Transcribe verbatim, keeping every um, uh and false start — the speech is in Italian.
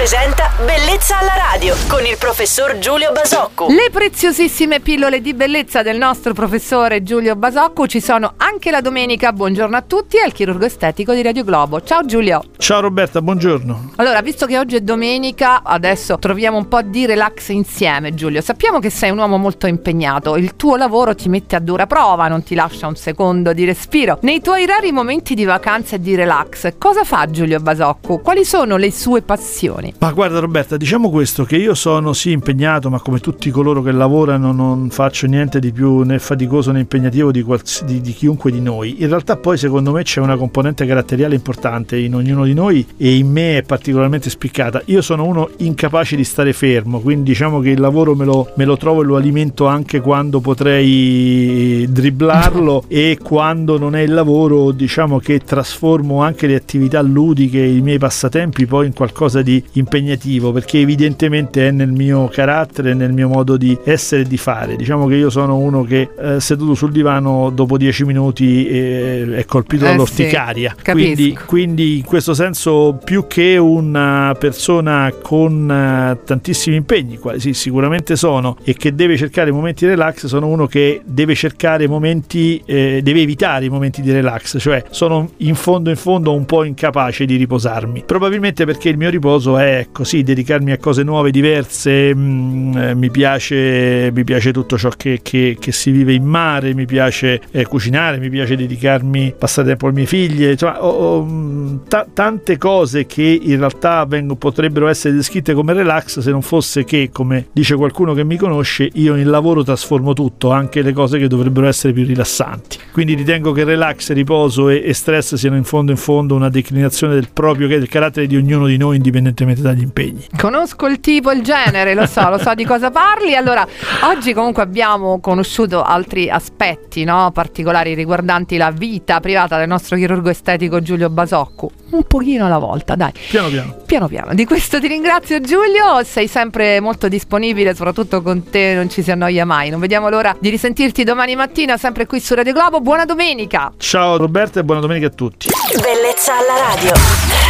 presenta Bellezza alla radio con il professor Giulio Basocco. Le preziosissime pillole di bellezza del nostro professore Giulio Basocco ci sono anche la domenica. Buongiorno a tutti, al chirurgo estetico di Radio Globo. Ciao Giulio. Ciao Roberta, buongiorno. Allora, visto che oggi è domenica, adesso troviamo un po' di relax insieme. Giulio, sappiamo che sei un uomo molto impegnato, il tuo lavoro ti mette a dura prova, non ti lascia un secondo di respiro. Nei tuoi rari momenti di vacanza e di relax, cosa fa Giulio Basocco? Quali sono le sue passioni? Ma guarda Roberta, diciamo questo, che io sono sì impegnato, ma come tutti coloro che lavorano non faccio niente di più né faticoso né impegnativo di, quals- di, di chiunque di noi. In realtà poi secondo me c'è una componente caratteriale importante in ognuno di noi e in me è particolarmente spiccata. Io sono uno incapace di stare fermo, quindi diciamo che il lavoro me lo, me lo trovo e lo alimento anche quando potrei dribblarlo e quando non è il lavoro, diciamo che trasformo anche le attività ludiche, i miei passatempi poi in qualcosa di impegnativo, perché evidentemente è nel mio carattere, nel mio modo di essere e di fare. Diciamo che io sono uno che eh, seduto sul divano dopo dieci minuti eh, è colpito eh dall'orticaria, sì, quindi, quindi in questo senso più che una persona con uh, tantissimi impegni, quali sì sicuramente sono, e che deve cercare momenti di relax, sono uno che deve cercare momenti eh, deve evitare i momenti di relax, cioè sono in fondo in fondo un po' incapace di riposarmi, probabilmente perché il mio riposo è così, dedicarmi a cose nuove, diverse. mh, eh, mi piace mi piace tutto ciò che, che, che si vive in mare, mi piace eh, cucinare, mi piace dedicarmi, passare tempo alle mie figlie, insomma ho, ho t- tante cose che in realtà vengo, potrebbero essere descritte come relax, se non fosse che, come dice qualcuno che mi conosce, io in lavoro trasformo tutto, anche le cose che dovrebbero essere più rilassanti. Quindi ritengo che relax, riposo e, e stress siano in fondo in fondo una declinazione del proprio, che è del carattere di ognuno di noi indipendentemente dagli impegni. Conosco il tipo, il genere, lo so, lo so di cosa parli. Allora, oggi comunque abbiamo conosciuto altri aspetti, no, particolari riguardanti la vita privata del nostro chirurgo estetico Giulio Basocco. Un pochino alla volta, dai. Piano piano. Piano piano. Di questo ti ringrazio Giulio, sei sempre molto disponibile, soprattutto con te non ci si annoia mai. Non vediamo l'ora di risentirti domani mattina sempre qui su Radio Globo. Buona domenica. Ciao Roberta e buona domenica a tutti. Bellezza alla radio.